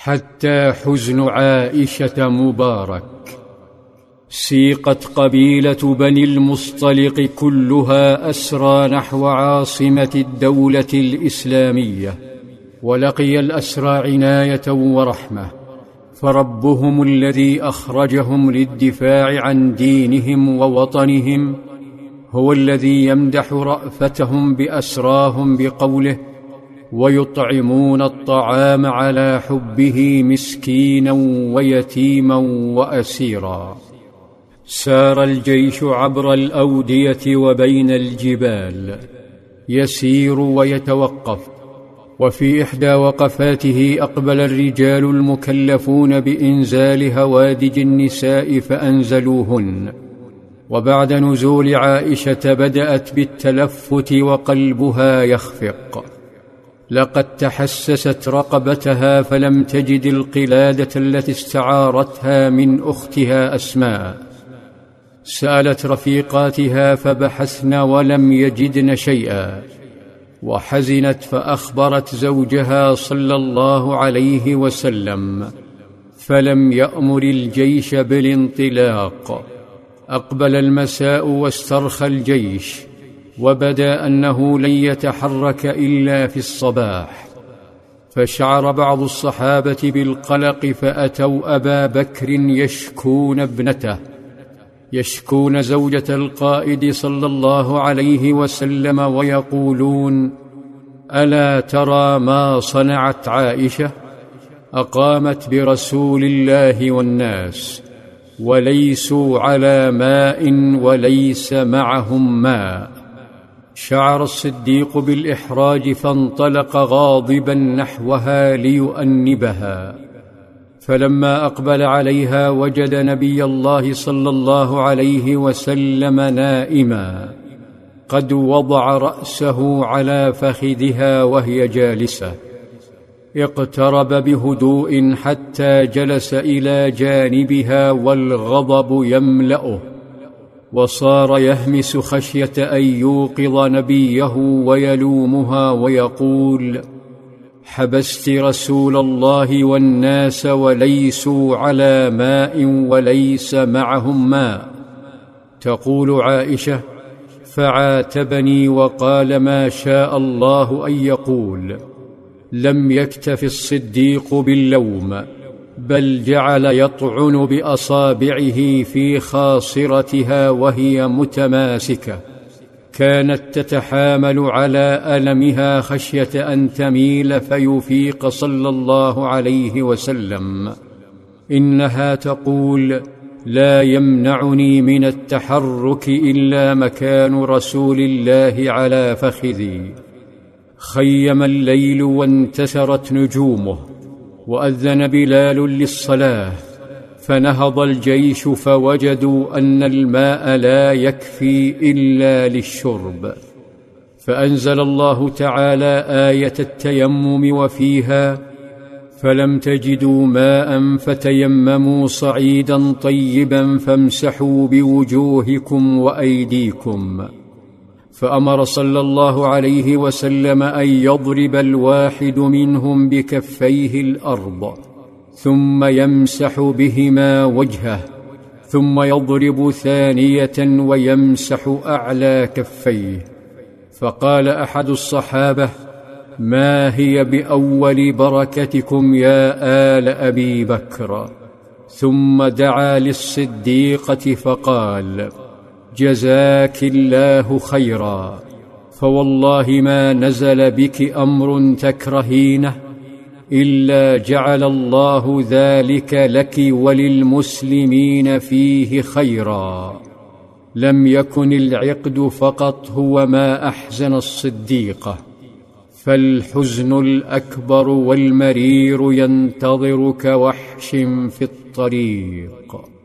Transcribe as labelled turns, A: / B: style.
A: حتى حزن عائشة مبارك. سيقت قبيلة بني المصطلق كلها أسرى نحو عاصمة الدولة الإسلامية، ولقي الأسرى عناية ورحمة، فربهم الذي أخرجهم للدفاع عن دينهم ووطنهم هو الذي يمدح رأفتهم بأسراهم بقوله: ويطعمون الطعام على حبه مسكينا ويتيما وأسيرا. سار الجيش عبر الأودية وبين الجبال، يسير ويتوقف، وفي إحدى وقفاته أقبل الرجال المكلفون بإنزال هوادج النساء فأنزلوهن، وبعد نزول عائشة بدأت بالتلفت وقلبها يخفق. لقد تحسست رقبتها فلم تجد القلادة التي استعارتها من أختها أسماء. سألت رفيقاتها فبحثن ولم يجدن شيئا، وحزنت فأخبرت زوجها صلى الله عليه وسلم، فلم يأمر الجيش بالانطلاق. أقبل المساء واسترخى الجيش، وبدا أنه لن يتحرك إلا في الصباح، فشعر بعض الصحابة بالقلق فأتوا أبا بكر يشكون ابنته، يشكون زوجة القائد صلى الله عليه وسلم ويقولون: ألا ترى ما صنعت عائشة؟ أقامت برسول الله والناس، وليسوا على ماء وليس معهم ماء. شعر الصديق بالإحراج فانطلق غاضبا نحوها ليؤنبها، فلما أقبل عليها وجد نبي الله صلى الله عليه وسلم نائما قد وضع رأسه على فخذها وهي جالسة. اقترب بهدوء حتى جلس إلى جانبها والغضب يملأه، وصار يهمس خشية أن يوقظ نبيه ويلومها ويقول: حبست رسول الله والناس وليسوا على ماء وليس معهم ماء. تقول عائشة: فعاتبني وقال ما شاء الله أن يقول. لم يكتف الصديق باللوم، بل جعل يطعن بأصابعه في خاصرتها وهي متماسكة، كانت تتحامل على ألمها خشية أن تميل فيفيق صلى الله عليه وسلم. إنها تقول: لا يمنعني من التحرك إلا مكان رسول الله على فخذي. خيم الليل وانتثرت نجومه، وأذن بلال للصلاة، فنهض الجيش فوجدوا أن الماء لا يكفي إلا للشرب، فأنزل الله تعالى آية التيمم وفيها: فلم تجدوا ماء فتيمموا صعيدا طيبا فامسحوا بوجوهكم وأيديكم. فأمر صلى الله عليه وسلم أن يضرب الواحد منهم بكفيه الأرض، ثم يمسح بهما وجهه، ثم يضرب ثانية ويمسح أعلى كفيه. فقال أحد الصحابة: ما هي بأول بركتكم يا آل أبي بكر؟ ثم دعا للصديقة فقال: جزاك الله خيرا، فوالله ما نزل بك أمر تكرهينه إلا جعل الله ذلك لك وللمسلمين فيه خيرا. لم يكن العقد فقط هو ما أحزن الصديقة، فالحزن الأكبر والمرير ينتظرك وحش في الطريق.